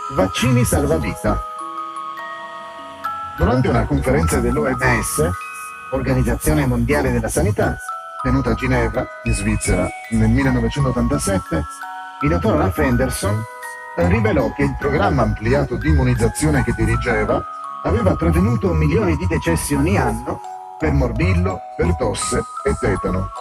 Vaccini salvavita. Durante una conferenza dell'OMS, Organizzazione Mondiale della Sanità, tenuta a Ginevra, in Svizzera, nel 1987, il dottor Ralph Anderson rivelò che il programma ampliato di immunizzazione che dirigeva aveva prevenuto milioni di decessi ogni anno per morbillo, per tosse e tetano.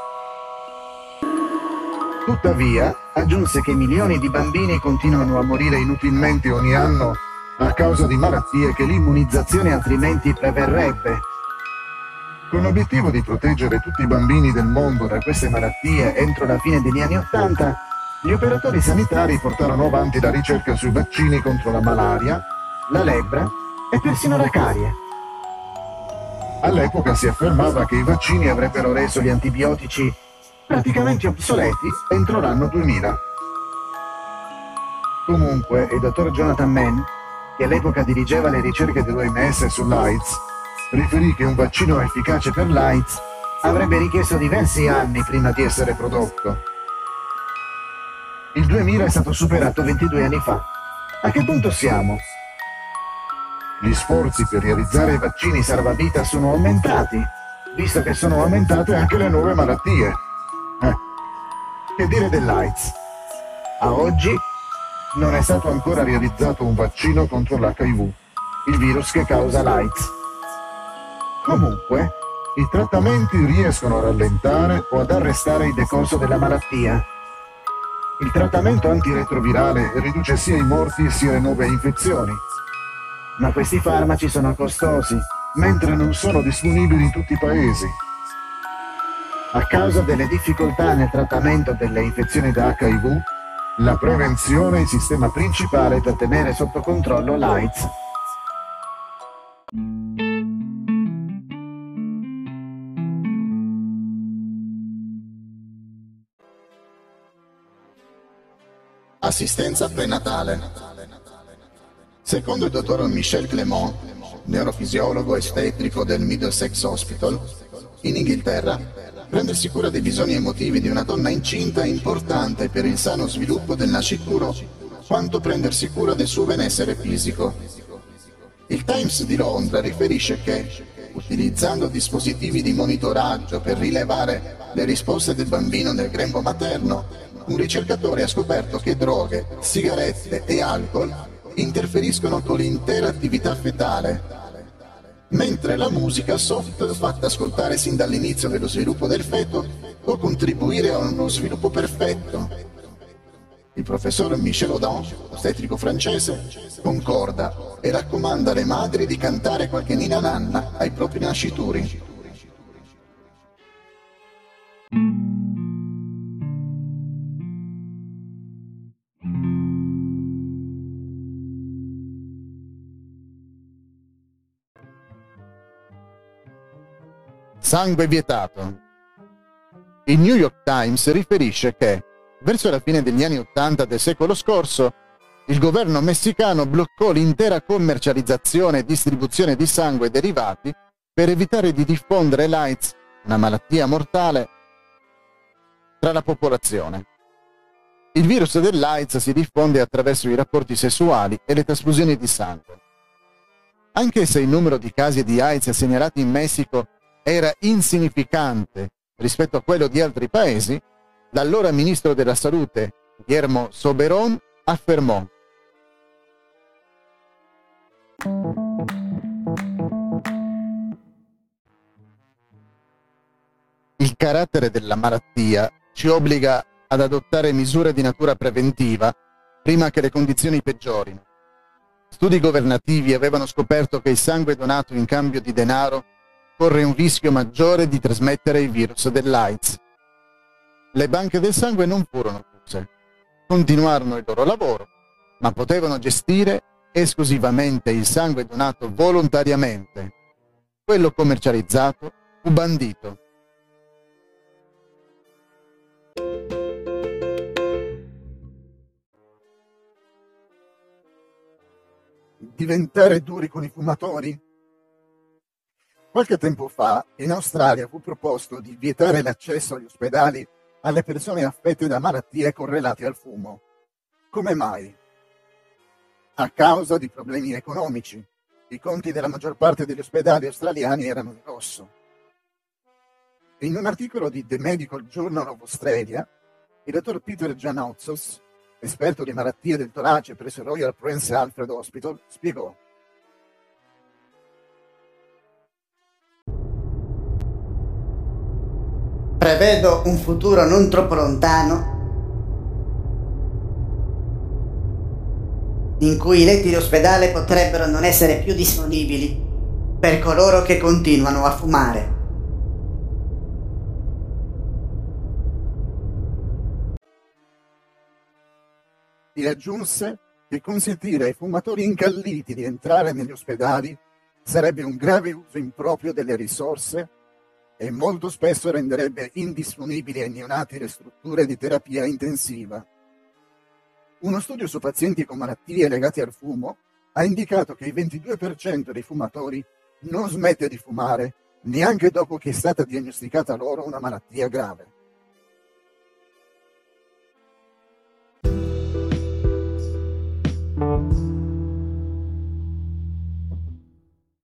Tuttavia, aggiunse che milioni di bambini continuano a morire inutilmente ogni anno a causa di malattie che l'immunizzazione altrimenti preverrebbe. Con l'obiettivo di proteggere tutti i bambini del mondo da queste malattie entro la fine degli anni '80, gli operatori sanitari portarono avanti la ricerca sui vaccini contro la malaria, la lebbra e persino la carie. All'epoca si affermava che i vaccini avrebbero reso gli antibiotici praticamente obsoleti entro l'anno 2000. Comunque, il dottor Jonathan Mann, che all'epoca dirigeva le ricerche dell'OMS sull'AIDS, riferì che un vaccino efficace per l'AIDS avrebbe richiesto diversi anni prima di essere prodotto. Il 2000 è stato superato 22 anni fa. A che punto siamo? Gli sforzi per realizzare i vaccini salvavita sono aumentati, visto che sono aumentate anche le nuove malattie. Che dire dell'AIDS? A oggi non è stato ancora realizzato un vaccino contro l'HIV, il virus che causa l'AIDS. Comunque, i trattamenti riescono a rallentare o ad arrestare il decorso della malattia. Il trattamento antiretrovirale riduce sia i morti sia le nuove infezioni. Ma questi farmaci sono costosi, mentre non sono disponibili in tutti i paesi. A causa delle difficoltà nel trattamento delle infezioni da HIV, la prevenzione è il sistema principale per tenere sotto controllo l'AIDS. Assistenza prenatale. Secondo il dottor Michel Clément, neurofisiologo e ostetrico del Middlesex Hospital, in Inghilterra, prendersi cura dei bisogni emotivi di una donna incinta è importante per il sano sviluppo del nascituro, quanto prendersi cura del suo benessere fisico. Il Times di Londra riferisce che, utilizzando dispositivi di monitoraggio per rilevare le risposte del bambino nel grembo materno, un ricercatore ha scoperto che droghe, sigarette e alcol interferiscono con l'intera attività fetale, mentre la musica soft fatta ascoltare sin dall'inizio dello sviluppo del feto può contribuire a uno sviluppo perfetto. Il professor Michel Audin, ostetrico francese, concorda e raccomanda alle madri di cantare qualche ninna nanna ai propri nascituri. Sangue vietato. Il New York Times riferisce che, verso la fine degli anni '80 del secolo scorso, il governo messicano bloccò l'intera commercializzazione e distribuzione di sangue e derivati per evitare di diffondere l'AIDS, una malattia mortale, tra la popolazione. Il virus dell'AIDS si diffonde attraverso i rapporti sessuali e le trasfusioni di sangue. Anche se il numero di casi di AIDS segnalati in Messico era insignificante rispetto a quello di altri paesi, l'allora ministro della Salute, Guillermo Soberón, affermò: il carattere della malattia ci obbliga ad adottare misure di natura preventiva prima che le condizioni peggiorino. Studi governativi avevano scoperto che il sangue donato in cambio di denaro corre un rischio maggiore di trasmettere il virus dell'AIDS. Le banche del sangue non furono chiuse, continuarono il loro lavoro, ma potevano gestire esclusivamente il sangue donato volontariamente. Quello commercializzato fu bandito. Diventare duri con i fumatori? Qualche tempo fa in Australia fu proposto di vietare l'accesso agli ospedali alle persone affette da malattie correlate al fumo. Come mai? a causa di problemi economici. I conti della maggior parte degli ospedali australiani erano in rosso. In un articolo di The Medical Journal of Australia, il dottor Peter Janotzos, esperto di malattie del torace presso il Royal Prince Alfred Hospital, spiegò: prevedo un futuro non troppo lontano in cui i letti di ospedale potrebbero non essere più disponibili per coloro che continuano a fumare. E aggiunse che consentire ai fumatori incalliti di entrare negli ospedali sarebbe un grave uso improprio delle risorse e molto spesso renderebbe indisponibili ai neonati le strutture di terapia intensiva. Uno studio su pazienti con malattie legate al fumo ha indicato che il 22% dei fumatori non smette di fumare neanche dopo che è stata diagnosticata loro una malattia grave.